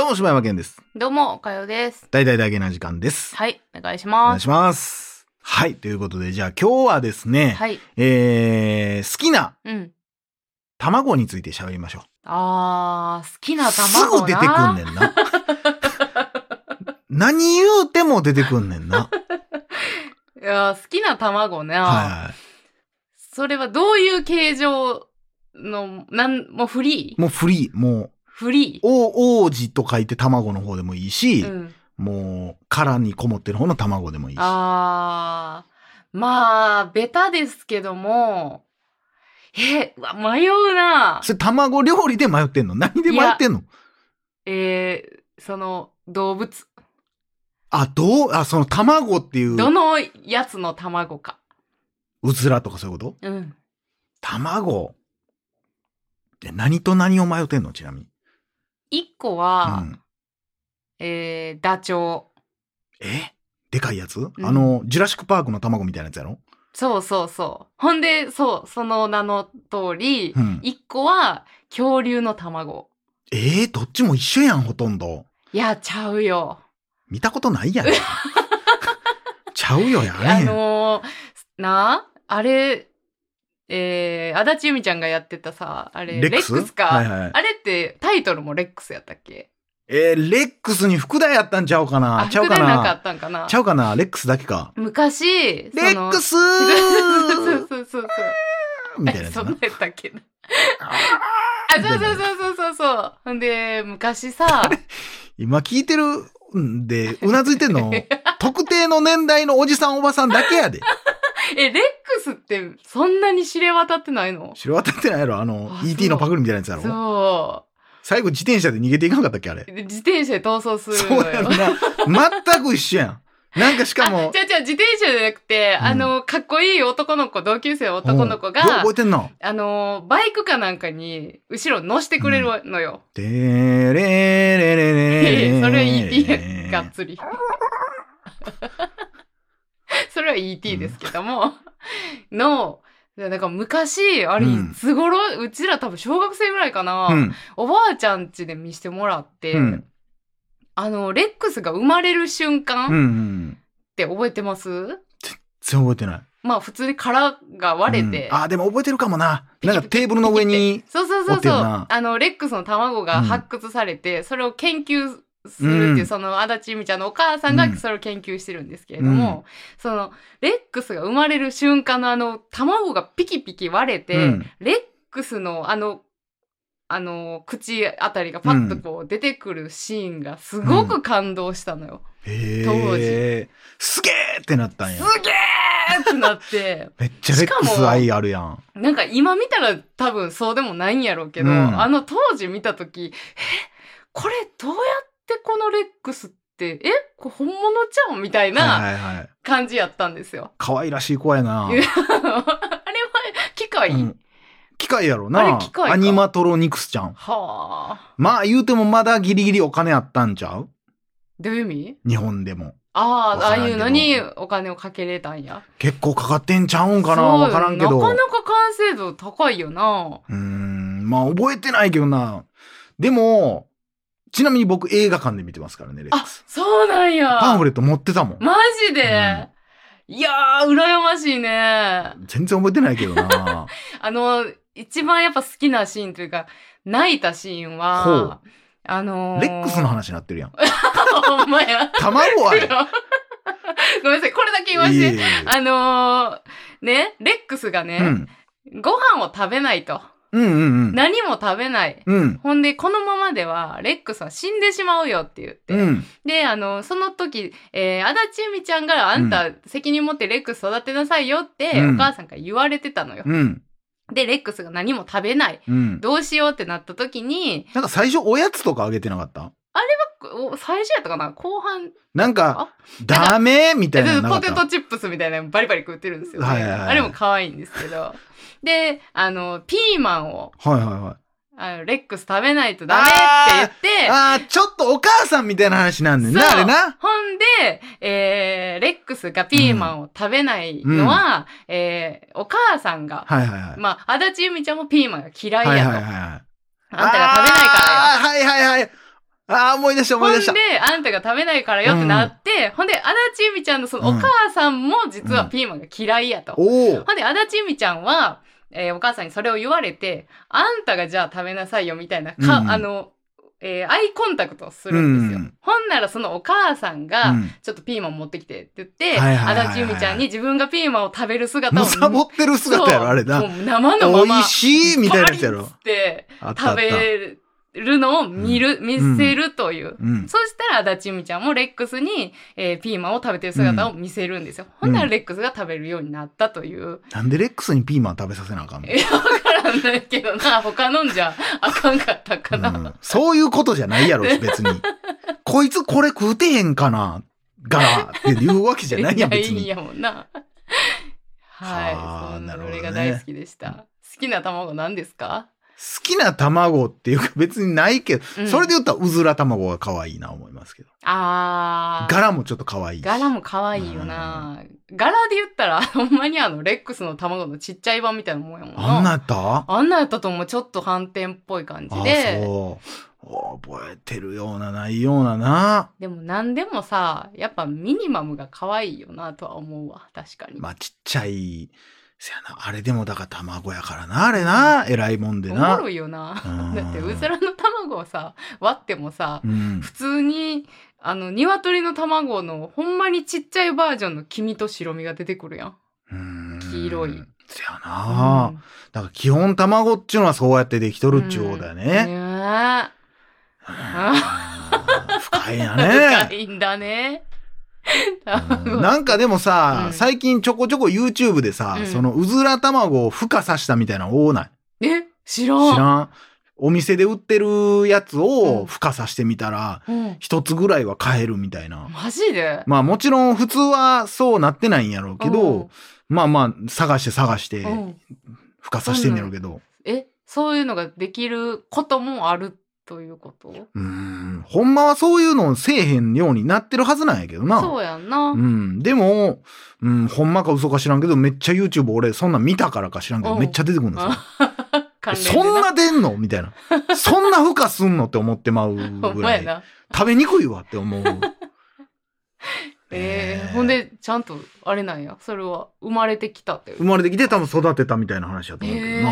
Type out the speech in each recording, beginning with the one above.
も柴山健です。 どうもおかよです。 大々だけな時間です。 はい、お願いしおます。 願いします。はい、ということでじゃあ今日はですね、 はい、 好きなうん卵について喋りましょう。 好きな卵な。 すぐ出てくんねんな。何言うても出てくんねんな。 いや好きな卵な、 はい。 それはどういう形状のもうフリーもうフリー、もうフリー王子と書いて卵の方でもいいし、 うん、 もう殻にこもってる方の卵でもいいし。 まあベタですけども、うわ迷うな。 それ卵料理で迷ってんの？何で迷ってんの？ その動物その卵っていう。 どのやつの卵か。 うずらとかそういうこと？ うん。 卵。何と何を迷ってんの？ちなみに。 一個は、 うん、 ダチョウ。 でかいやつ、 うん、 ジュラシックパークの卵みたいなやつやろ？ そうそうそう。ほんで、その名の通り、一個は恐竜の卵。どっちも一緒やん、ほとんど。 いや、ちゃうよ。 見たことないやん。ちゃうよやね。 あれ、足立由美ちゃんがやってたさ、あれ、レックスか、 はいはい。 あれってタイトルもレックスやったっけ？ レックスに福田やったんちゃうかな？ちゃうかな？ 福田なかったんかな？ ちゃうかな？レックスだけか。 昔、 レックスーそうみたいなやつな。 そんなやったっけな。そう。ほんで、昔さ、 今聞いてるんで、うなずいてんの、特定の年代のおじさんおばさんだけやで。 レックスってそんなに知れ渡ってないの？ 知れ渡ってないやろ？ET のパクリみたいなやつやろ？ そう。 最後自転車で逃げていかなかったっけあれ？ 自転車で逃走するのよ。 そうやな。全く一緒やん。なんかしかも。 じゃ自転車じゃなくて、かっこいい男の子、同級生の男の子が、 覚えてんの？ バイクかなんかに、後ろ乗してくれるのよ。 でーれーれれれれそれは ET や、がっつり。それは ET ですけども、だから昔、あれ、いつ頃、うちら多分小学生ぐらいかな、おばあちゃん家で見せてもらって、レックスが生まれる瞬間って覚えてます？ 全然覚えてない。 まあ普通に殻が割れて。 でも覚えてるかもな。なんかテーブルの上に。 そう。レックスの卵が発掘されて、それを研究するっていう、その足立由美ちゃんのお母さんがそれを研究してるんですけれども、そのレックスが生まれる瞬間の卵がピキピキ割れて、レックスの口あたりがパッとこう出てくるシーンがすごく感動したのよ。当時。 すげーってなったんや。 すげーってなって。 めっちゃレックス愛あるやん。 なんか今見たら多分そうでもないんやろうけど、当時見たとき、これどうやってこのレックスって、これ本物ちゃうんみたいな感じやったんですよ。 可愛らしい子やな。 あれは機械、 機械やろな。あれ機械か。アニマトロニクスちゃん。まあ言うてもまだギリギリお金あったんちゃう？ どういう意味？ 日本でも。 ああいうのにお金をかけれたんや。 結構かかってんちゃうんかな？わからんけど。 なかなか完成度高いよな。 まあ覚えてないけどな。でも、ちなみに僕映画館で見てますからね、レックス。 そうなんや。 パンフレット持ってたもん。 マジで？いやー、羨ましいね。 全然覚えてないけどな。 一番やっぱ好きなシーンというか、泣いたシーンは、 レックスの話になってるやん。 ほんまや。 卵はね。 ごめんなさい、これだけ言いまして。レックスがね、ご飯を食べないと。何も食べない。ほんで、このままでは、レックスは死んでしまうよって言って。で、その時、足立由美ちゃんがあんた責任持ってレックス育てなさいよって、お母さんから言われてたのよ。で、レックスが何も食べない。どうしようってなった時に。 なんか最初おやつとかあげてなかった？ あれは、最初やったかな？後半。 なんか、ダメみたいなのなかった？ ポテトチップスみたいなのバリバリ食ってるんですよね。あれも可愛いんですけど。で、ピーマンを。レックス食べないとダメって言って。 ちょっとお母さんみたいな話なんだよな、あれな。 ほんで、レックスがピーマンを食べないのは、お母さんが、まあ、足立由美ちゃんもピーマンが嫌いやと。あんたが食べないからよ。 思い出した。 ほんで、あんたが食べないからよってなって、ほんで、足立由美ちゃんのそのお母さんも実はピーマンが嫌いやと。ほんで、足立由美ちゃんは、お母さんにそれを言われて、あんたがじゃあ食べなさいよみたいな、アイコンタクトするんですよ。ほんならそのお母さんが、ちょっとピーマン持ってきてって言って、足立由美ちゃんに自分がピーマンを食べる姿を。 サボってる姿やろ、あれな。 生のまま。 美味しいみたいなやつやろ。 って食べるのを見せるという。そしたら足立由美ちゃんもレックスに、ピーマンを食べてる姿を見せるんですよ。ほんならレックスが食べるようになったという。 なんでレックスにピーマン食べさせなあかんの？ わからんないけどな、他のんじゃあかんかったかな。 そういうことじゃないやろ、別に。こいつこれ食うてへんかながって言うわけじゃないやん、別に。 いやもんな。はい。そんなの俺が大好きでした。好きな卵何ですか？ 好きな卵っていうか別にないけど、それで言ったらうずら卵が可愛いな思いますけど。柄もちょっと可愛いし。 柄も可愛いよな。柄で言ったら、ほんまにレックスの卵のちっちゃい版みたいなもんやもんな。 あんなやった？ あんなやったと思う。ちょっと反転っぽい感じで。 そう。覚えてるようなないようなな。 でも何でもさ、やっぱミニマムが可愛いよなとは思うわ。確かに。 まあちっちゃい。せやな。あれでもだから卵やからな。あれな。偉いもんでな。 おもろいよな。だってうずらの卵をさ、割ってもさ、普通に、鶏の卵のほんまにちっちゃいバージョンの黄身と白身が出てくるやん。黄色い。 せやな。だから基本卵っちゅうのはそうやってできとるっちゅうことだよね。深いなね。 深いんだね。 なんかでもさ、最近ちょこちょこ YouTube でさ、そのうずら卵を孵化させたみたいなの多ない？ 知らん。 お店で売ってるやつを孵化させてみたら、一つぐらいは買えるみたいな。 マジで？ まあもちろん普通はそうなってないんやろうけど、まあ探して孵化させてんやろうけど。 そういうのができることもあるということ？ ほんまはそういうのをせえへんようになってるはずなんやけどな。 そうやんな。 でも、ほんまか嘘か知らんけど、めっちゃ YouTube 俺そんなん見たからか知らんけど、めっちゃ出てくるんですよ。そんな出んのみたいな。そんな孵化すんのって思ってまうぐらい。食べにくいわって思う。 ほんで、ちゃんと、あれなんや。それは、生まれてきたっていう。 生まれてきて多分育てたみたいな話だと思うけどな。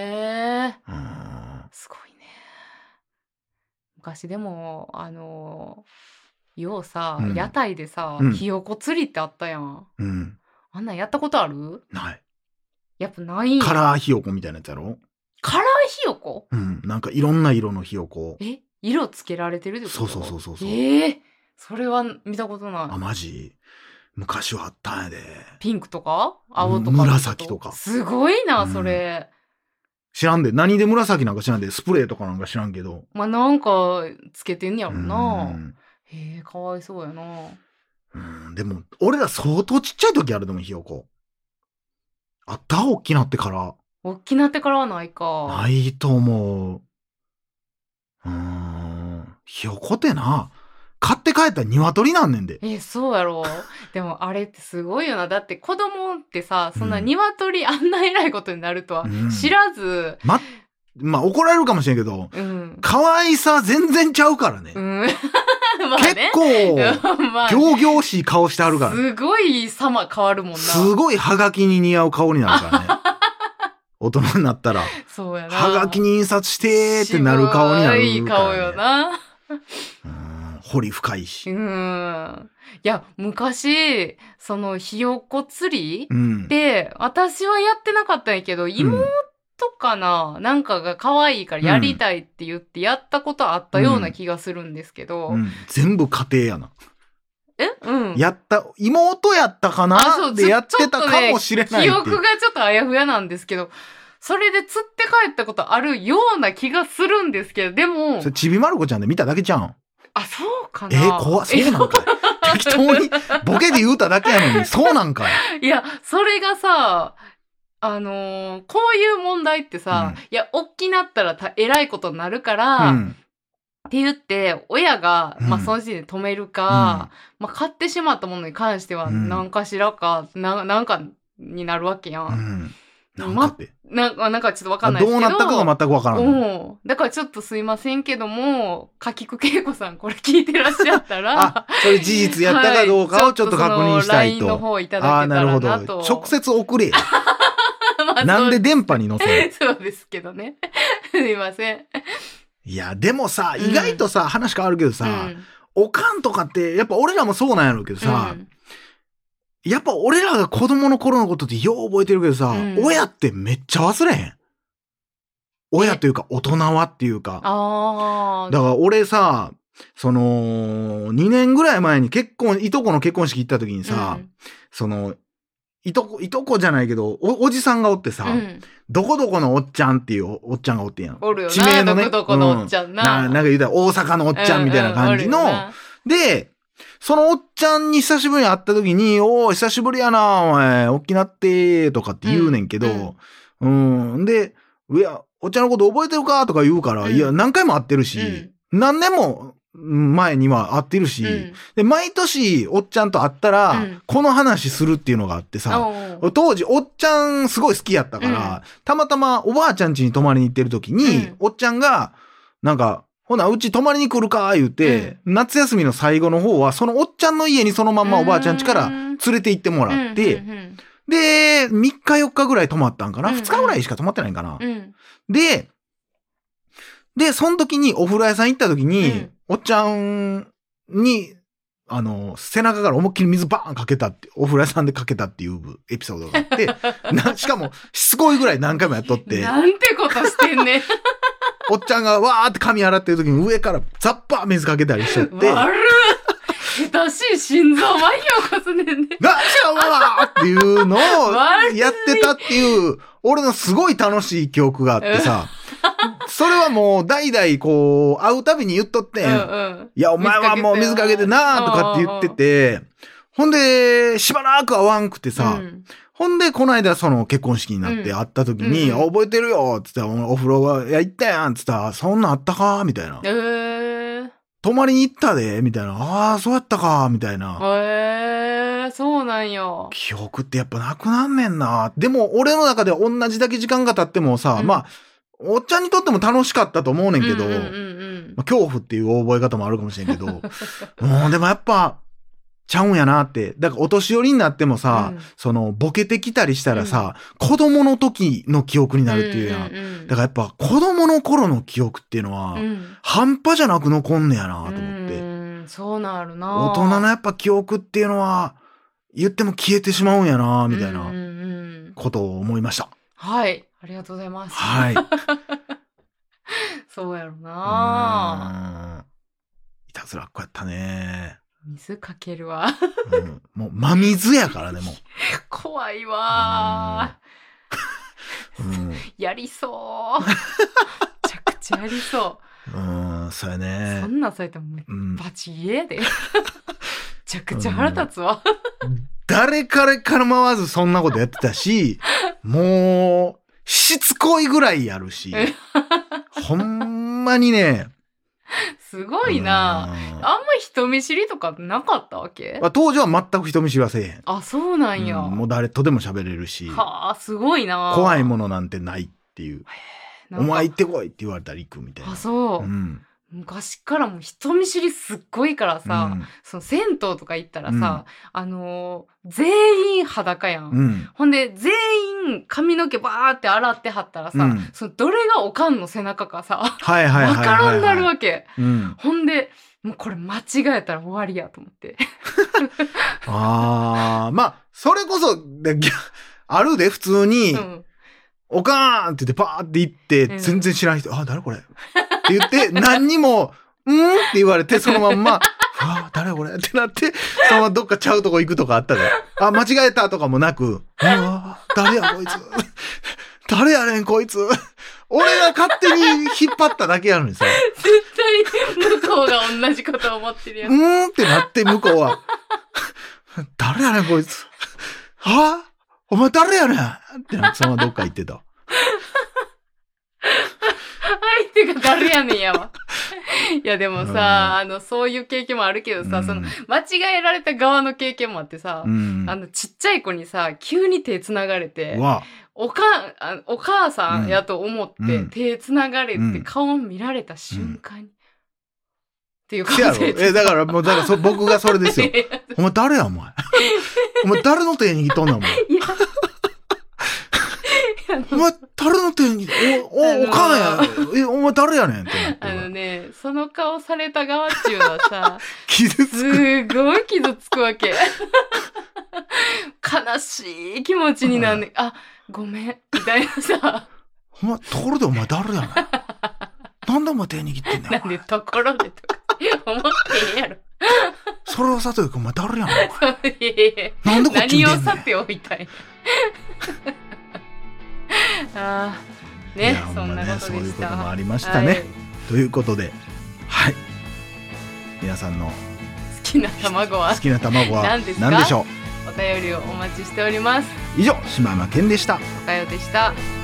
すごいね。昔でも、ようさ、屋台でさ、ひよこ釣りってあったやん。あんなんやったことある？ ない。 やっぱないんや。 カラーひよこみたいなやつやろ？ カラーひよこ？ なんかいろんな色のひよこ。 色つけられてるってこと？ そう。 それは見たことない。 マジ？昔はあったんやで。 ピンクとか青とか。 紫とか。 すごいな、それ。 知らんで。何で紫なんか知らんで。スプレーとかなんか知らんけど。 なんか、つけてんやろな。かわいそうやな。 でも、俺ら相当ちっちゃい時あるでもひよこ。あった？大きなってから。 大きなってからはないか。 ないと思う。ひよこってな、買って帰ったら鶏なんねんで。 そうやろ。でもあれってすごいよな。だって子供ってさ、そんな鶏あんな偉いことになるとは知らず。 まあ怒られるかもしれんけど、可愛さ全然ちゃうからね。結構、仰々しい顔してあるから。 すごい様変わるもんな。 すごいハガキに似合う顔になるからね。大人になったら。 そうやな。 ハガキに印刷してってなる顔になるから、ね。 いい顔よな。 彫り深いし。 いや、昔、そのひよこ釣りで、私はやってなかったんやけど、妹かな、なんかが可愛いからやりたいって言ってやったことあったような気がするんですけど。 全部家庭やな。妹やったかなでやってたかもしれない。 記憶がちょっとあやふやなんですけど、それで釣って帰ったことあるような気がするんですけど、でも。 それちびまる子ちゃんで見ただけじゃん。 そうかな。 怖っ。そうなんかい。適当にボケで言うただけやのに、そうなんかい。 いや、それがさ、こういう問題ってさ、いや、大きなったら偉いことになるから、って言って、親が、その時点で止めるか、買ってしまったものに関しては、何かしらか、なんかになるわけやん。 なんかって。 なんかちょっとわかんないですけど。 どうなったかが全くわからない。 だからちょっとすいませんけども、柿久恵子さんこれ聞いてらっしゃったら。 それ事実やったかどうかをちょっと確認したいと。 LINE の方いただけたらなと。 なるほど。直接送れ。なんで電波に乗せるそうですけどね。すいません。 いや、でもさ、意外とさ、話変わるけどさ、おかんとかって、やっぱ俺らもそうなんやろうけどさ、やっぱ俺らが子供の頃のことってよう覚えてるけどさ、親ってめっちゃ忘れへん。親というか大人はっていうか。だから俺さ、2年ぐらい前にいとこの結婚式行った時にさ、いとこじゃないけど、おじさんがおってさ、どこどこのおっちゃんっていうおっちゃんがおってんやん。 おるよな。地名のね。どこどこのおっちゃんな。 なんか言うたら大阪のおっちゃんみたいな感じの。で、そのおっちゃんに久しぶりに会った時に、おー、久しぶりやな、お前、おっきなってとかって言うねんけど、で、いや、おっちゃんのこと覚えてるかとか言うから、いや、何回も会ってるし、何年も前には会ってるし、で、毎年おっちゃんと会ったら、この話するっていうのがあってさ、当時おっちゃんすごい好きやったから、たまたまおばあちゃん家に泊まりに行ってる時に、おっちゃんが、なんか、ほな、うち泊まりに来るか言うて、夏休みの最後の方は、そのおっちゃんの家にそのまんまおばあちゃん家から連れて行ってもらって、で、3日4日ぐらい泊まったんかな、2日ぐらいしか泊まってないんかな。で、その時にお風呂屋さん行った時に、おっちゃんに、背中から思いっきり水バーンかけたって、お風呂屋さんでかけたっていうエピソードがあって、しかも、しつこいぐらい何回もやっとって。 なんてことしてんねん。 おっちゃんがわーって髪洗ってる時に上からザッパー水かけたりしちゃって。 悪っ。下手しい心臓麻痺を起こすねんね。 ガシャワーっていうのをやってたっていう、俺のすごい楽しい記憶があってさ。それはもう代々こう会うたびに言っとってん。いや、お前はもう水かけてなーとかって言ってて、ほんで、しばらく会わんくてさ、ほんで、この間その結婚式になって会った時に、覚えてるよつって、お風呂が行ったやんつって、そんなんあったかみたいな。泊まりに行ったでみたいな。ああ、そうやったかみたいな。 そうなんよ。 記憶ってやっぱなくなんねんな。でも、俺の中では同じだけ時間が経ってもさ、まあ、おっちゃんにとっても楽しかったと思うねんけど、恐怖っていう覚え方もあるかもしれんけど、でもやっぱ、ちゃうんやなって。だからお年寄りになってもさ、ボケてきたりしたらさ、子供の時の記憶になるっていうやん。だからやっぱ子供の頃の記憶っていうのは、半端じゃなく残んねやなと思って。 そうなるな。 大人のやっぱ記憶っていうのは、言っても消えてしまうんやなみたいなことを思いました。 はい。ありがとうございます。 はい。 そうやろな。 いたずらっ子やったね。 水かけるわ。 もう真水やからね、もう。 怖いわ。やりそう。めちゃくちゃやりそう。 そうやね。 そんなんされてもバチ家で。めちゃくちゃ腹立つわ。 誰彼から回ずそんなことやってたし、もう、しつこいぐらいやるし。ほんまにね。 すごいな。あんま人見知りとかなかったわけ？ 当時は全く人見知りはせえへん。 あ、そうなんや。 もう誰とでも喋れるし。 はあ、すごいな。 怖いものなんてないっていう。お前行ってこいって言われたら行くみたいな。 あ、そう。昔からもう人見知りすっごいからさ、その銭湯とか行ったらさ、全員裸やん。ほんで、全員髪の毛バーって洗ってはったらさ、そのどれがおかんの背中かさ、わからんなるわけ。ほんで、もうこれ間違えたら終わりやと思って。 まあ、それこそ、あるで、普通に、おかーんって言ってバーって行って、全然知らない人、誰これって言って、何にも、って言われて、そのまんま、誰これってなって、そのままどっかちゃうとこ行くとかあったで。間違えたとかもなく、誰やこいつ。誰やねんこいつ。俺が勝手に引っ張っただけやのにさ。 絶対向こうが同じこと思ってるやん。 ってなって向こうは、誰やねんこいつ。お前誰やねんってなってそのままどっか行ってた。 相手が誰やねんやわ。いやでもさ、そういう経験もあるけどさ、その間違えられた側の経験もあってさ、ちっちゃい子にさ、急に手繋がれて、 お母さんやと思って手つながれて顔見られた瞬間に、っていう感じで。 だからもう僕がそれですよ。お前誰やお前。お前誰の手握っとんねんお前。お前誰の手握おかんや。お前誰やねんって。 その顔された側っていうのはさ、 傷つく。 すごい傷つくわけ。悲しい気持ちになんね、あ、ごめん、みたいなさ。 お前、ところでお前誰やねん。なんでお前手握ってんねん。 なんでところでとか思ってへんやろ。 それをさておきお前誰やねん。 なんでこっち見てんねん。何をさておいたい。ああ、ね、そんなことでした。 そういうこともありましたね。ということで、はい。皆さんの好きな卵は何でしょう。 お便りをお待ちしております。 以上、島山健でした。 おかよでした。